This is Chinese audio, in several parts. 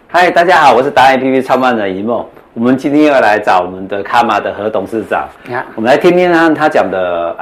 嗨，大家好，我是达人 APP 创办人一梦。我们今天要来找我们的卡玛的何董事长，我们来听听他讲的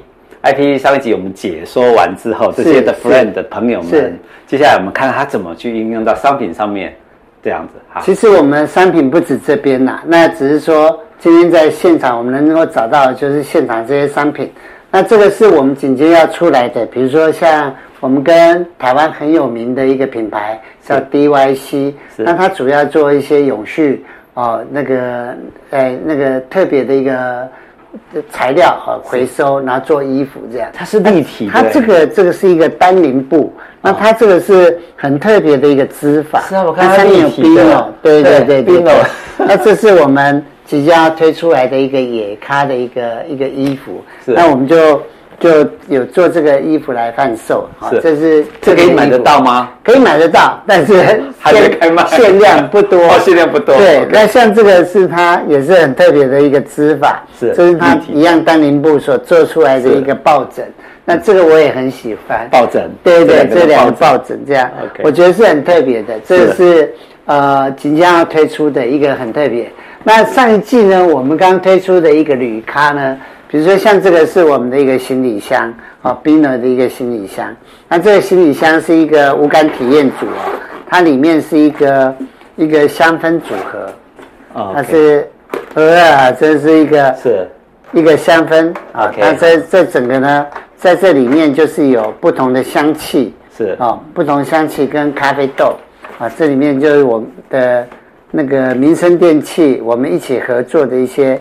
IP 上一集我们解说完之后，这些的 friend 的朋友们，接下来我们看看他怎么去应用到商品上面，这样子。好， 其实我们商品不止这边啦，那只是说今天在现场我们能够找到的就是现场这些商品。那这个是我们紧接要出来的，比如说像我们跟台湾很有名的一个品牌叫 DYC， 那它主要做一些永续那个特别的一个材料回收，然后做衣服这样。 它是立体的， 它这个是一个单林布，那它这个是很特别的一个织法。 是啊，我看它立体的， 对 Bino。那这是我们即将要推出来的一个野咖的一个衣服，那我们就有做这个衣服来贩售。这可以买得到吗？ 可以买得到，但是还没开卖， 限量不多。 限量不多。 对，那像这个是它也是很特别的一个织法，这是它一样单林布所做出来的一个抱枕。那这个我也很喜欢抱枕， 对，这两个抱枕这样，我觉得是很特别的。这个是即将要推出的一个很特别。那上一季呢，我们刚推出的一个旅咖呢，比如说像这个是我们的一个行李箱Bino 的一个行李箱。那这个行李箱是一个无感体验组它里面是一个香氛组合它是这是一个香氛那这整个呢，在这里面就是有不同的香气，不同香气跟咖啡豆这里面就是我们的那个民生电器，我们一起合作的一些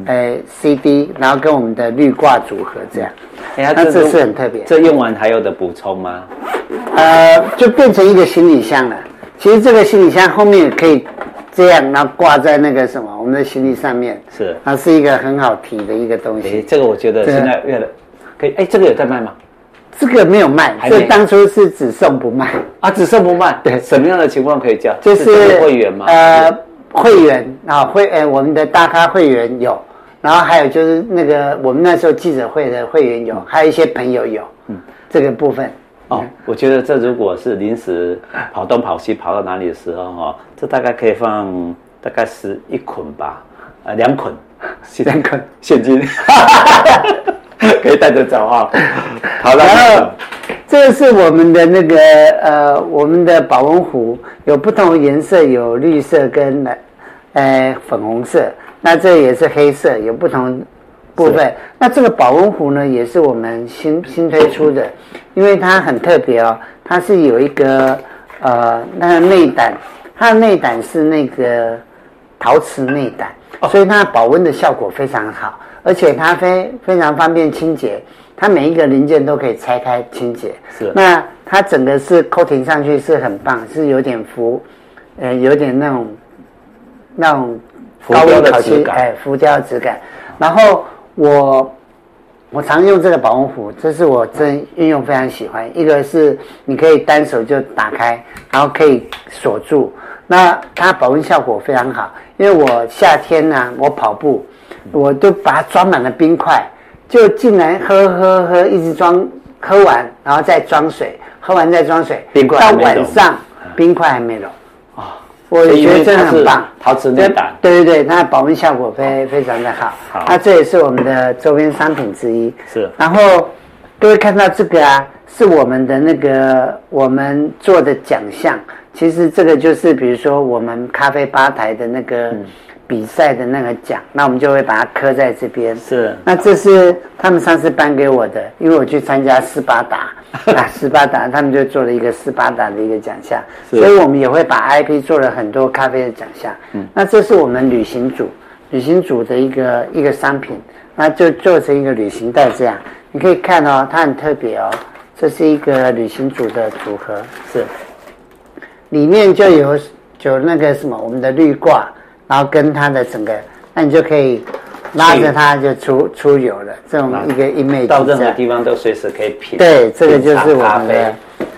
CD， 然后跟我们的绿挂组合这样。那这是很特别。 这用完还有的补充吗？ 就变成一个行李箱了。其实这个行李箱后面也可以这样，然后挂在那个我们的行李上面。它是一个很好提的一个东西。 这个我觉得现在可以。这个有在卖吗？ 这个没有卖，这当初是只送不卖只送不卖。 对， 什么样的情况可以叫？ 就是会员吗？ 会员我们的大咖会员有，然后还有就是那个我们那时候记者会的会员有，还有一些朋友有，这个部分。 我觉得这如果是临时跑东跑西跑到哪里的时候这大概可以放大概11捆吧，2捆现金。可以带着走好了。 然后这是我们的那个我们的保温壶，有不同的颜色，有绿色跟粉红色，那这也是黑色，有不同部分。那这个保温壶呢，也是我们新推出的，因为它很特别它是有一个那个内胆，它的内胆是那个陶瓷内胆，所以它保温的效果非常好。而且它非常方便清洁，它每一个零件都可以拆开清洁。那它整个是 coating 上去是很棒，是有点有点那种高温烤漆浮雕的质感。然后我常用这个保温壶，这是我真运用非常喜欢。一个是你可以单手就打开，然后可以锁住，那它保温效果非常好。因为我夏天我跑步。我都把它装满了冰块，就进来喝，一直喝完，然后再装水，喝完再装水，到晚上冰块还没融我觉得真的很棒。 陶瓷内胆， 对，它的保温效果非常的好。那这也是我们的周边商品之一。然后各位看到这个是我们的那个我们做的奖项。其实这个就是比如说我们咖啡吧台的那个。比赛的那个奖，那我们就会把它刻在这边。那这是他们上次颁给我的，因为我去参加斯巴达斯巴达他们就做了一个斯巴达的一个奖项，所以我们也会把 IP 做了很多咖啡的奖项。那这是我们旅行组的一个商品，那就做成一个旅行袋这样。你可以看它很特别这是一个旅行组的组合，里面就有那个我们的绿挂。然后跟它的整个，那你就可以拉着它就出游了，这种一个 image 到任何地方都随时可以品。 对，这个就是我们的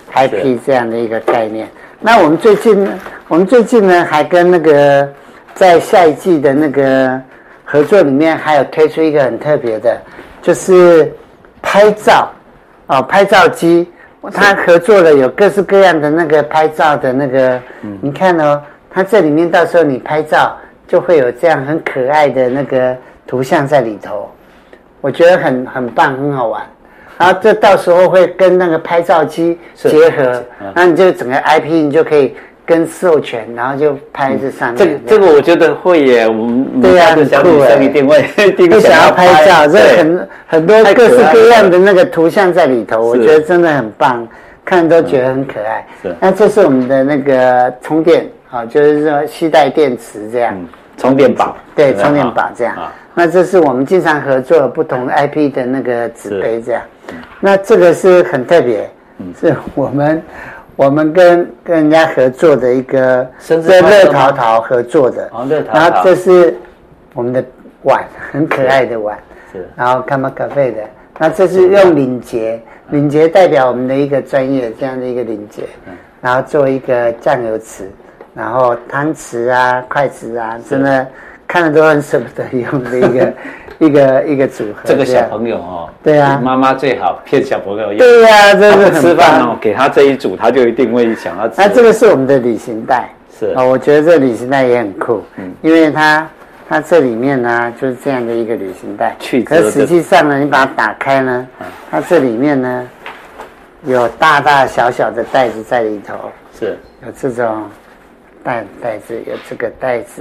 IP 这样的一个概念。那我们最近呢，还跟那个在下一季的那个合作里面，还有推出一个很特别的，就是拍照拍照机，它合作了有各式各样的那个拍照的那个，你看它这里面到时候你拍照就会有这样很可爱的那个图像在里头，我觉得很棒，很好玩。然后这到时候会跟那个拍照机结合，那你就整个 IP 你就可以跟授权，然后就拍这上面。 这个我觉得会耶，我们对呀，很酷哎，一定会想要拍照，这很多各式各样的那个图像在里头，我觉得真的很棒，看都觉得很可爱。那这是我们的那个充电，就是说携带电池这样， 充电宝， 对，充电宝这样。那这是我们经常合作不同 IP 的那个纸杯这样。那这个是很特别，是我们跟人家合作的一个跟乐淘淘合作的，然后这是我们的碗，很可爱的碗，然后Karma Cafe的，那这是用领结代表我们的一个专业这样的一个领结，然后做一个酱油匙，然后汤匙啊、筷子啊，真的看了都很舍不得用的一个组合。 这个小朋友对啊， 妈妈最好骗小朋友用。 对啊，这是很吃饭给他这一组，他就一定会想要吃。 那这个是我们的旅行袋， 是我觉得这个旅行袋也很酷，因为它这里面呢就是这样的一个旅行袋，可是实际上呢，你把它打开呢，它这里面呢有大大小小的袋子在里头， 是有这种袋子，有这个袋子，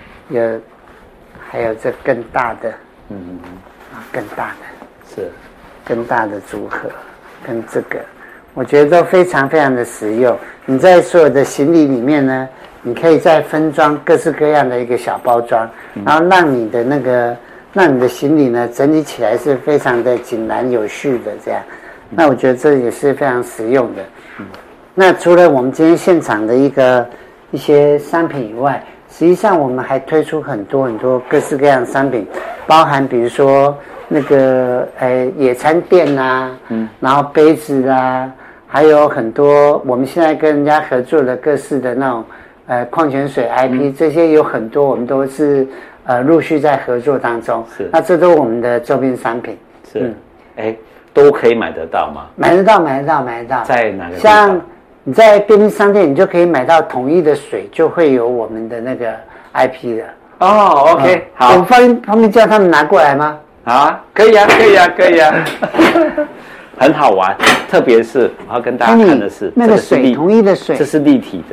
还有这更大的，更大的是更大的组合，跟这个，我觉得都非常非常的实用。你在所有的行李里面呢，你可以再分装各式各样的一个小包装，然后让你的行李呢整理起来是非常的井然有序的这样。那我觉得这也是非常实用的。那除了我们今天现场的一些商品以外，实际上我们还推出很多很多各式各样的商品，包含比如说那个野餐垫啊，然后杯子啊，还有很多我们现在跟人家合作的各式的那种矿泉水 IP，这些有很多我们都是陆续在合作当中。是，那这都是我们的周边商品。 是，都可以买得到吗？ 买得到。 在哪个地方？ 像你在便利商店，你就可以买到统一的水，就会有我们的那个 IP 的。 OK， 好。 我方便叫他们拿过来吗？ 好啊，可以啊。很好玩，特别是我要跟大家看的是那个水，统一的水， 这是立体的。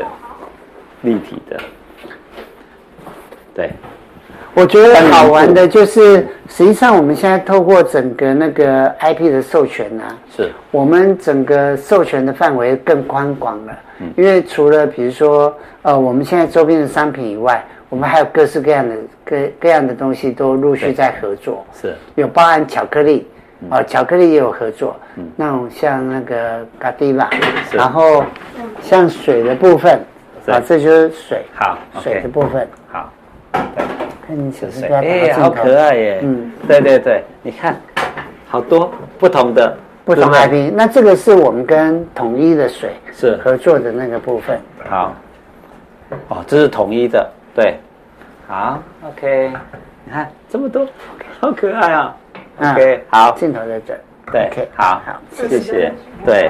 对。 我觉得好玩的就是，实际上我们现在透过整个那个 IP 的授权啊，是我们整个授权的范围更宽广了。因为除了比如说我们现在周边的商品以外，我们还有各式各样的东西都陆续在合作。是有包含巧克力，巧克力也有合作，那种像那个嘎迪拉，然后像水的部分，这就是水，好，水的部分，好，对。看你手势， 好可爱耶！对，你看，好多不同 IP。那这个是我们跟统一的水是合作的那个部分。 好，这是统一的，对，好 ，OK， 你看这么多，好可爱啊 ！OK， 好， 镜头在这， 对 ，OK， 好，谢谢，对，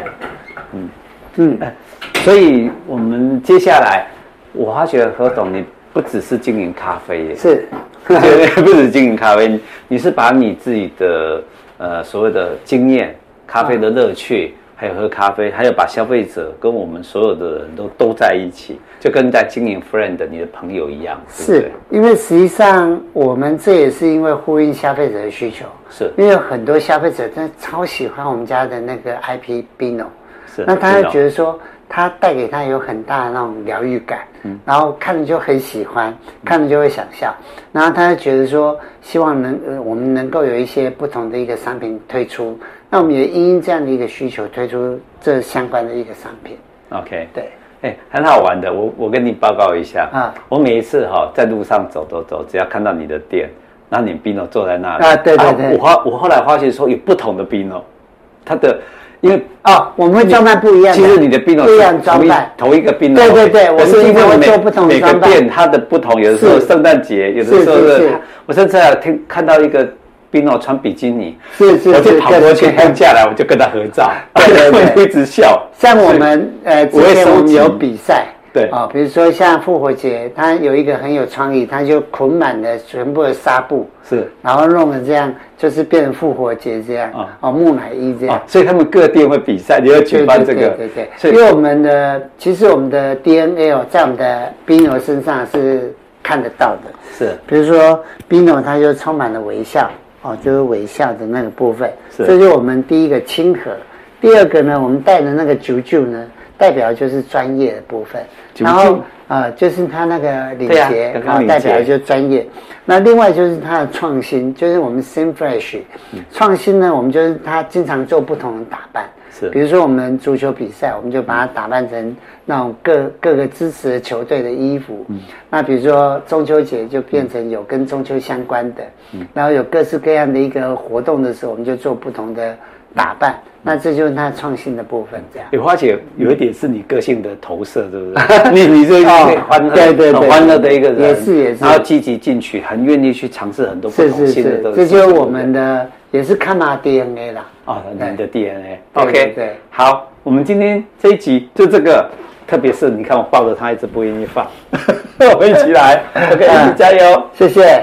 所以我们接下来，我发觉何董你。不只是经营咖啡耶， 是， 不止经营咖啡，你是把你自己的所谓的经验、咖啡的乐趣，还有喝咖啡，还有把消费者跟我们所有的人都在一起，就跟在经营 friend 你的朋友一样。 是因为实际上我们这也是因为呼应消费者的需求，是因为很多消费者真的超喜欢我们家的那个 IP Bino， 是，那他会觉得说。它带给他有很大的那种疗愈感，然后看着就很喜欢，看着就会想笑，然后他就觉得说，希望我们能够有一些不同的一个商品推出，那我们也因这样的一个需求推出这相关的一个商品。 OK， 对，很好玩的，我跟你报告一下啊，我每一次在路上走，只要看到你的店，然后你 Bino 坐在那里啊，对，我后来发现说有不同的 Bino， 它的。因为我们会装扮不一样的。 其实你的 Bino 不一样装扮， 同一个 Bino。 对，我们经常会做不同的装扮。 每个店它的不同，有的时候圣诞节，有的时候是。我甚至还看到一个 Bino 穿比基尼，我就跑过去跟下来，我就跟他合照，对，一直笑。 像我们之前我们有比赛， 对比如说像复活节，它有一个很有创意，它就捆满了全部的纱布， 是， 然后弄成这样，就是变成复活节这样木乃伊这样。 所以他们各店会比赛，你要举办这个。 对，因为其实我们的 DNA 在我们的 Bino 身上是看得到的。 是， 比如说 Bino 它就充满了微笑，就是微笑的那个部分。 是， 这就是我们第一个亲和。第二个呢，我们带的那个啾呢，代表就是专业的部分。然后就是它那个领结代表就是专业。那另外就是它的创新，就是我们 Simfresh 创新呢，我们就是它经常做不同的打扮。 是， 比如说我们足球比赛，我们就把它打扮成那种各个支持球队的衣服。那比如说中秋节就变成有跟中秋相关的，然后有各式各样的一个活动的时候，我们就做不同的打扮。那这就是它创新的部分，这样。 花姐有一点是你个性的投射，对不对？你这个欢乐， 对， 欢乐的一个人， 也是， 然后积极进取，很愿意去尝试很多不同新的东西。 这就是我们的，也是看嘛 DNA 啦。 你的 DNA。OK， 对，好，我们今天这一集就这个，特别是你看我抱着它一直不愿意放，我们一起来 ，OK， 一起加油， 谢谢。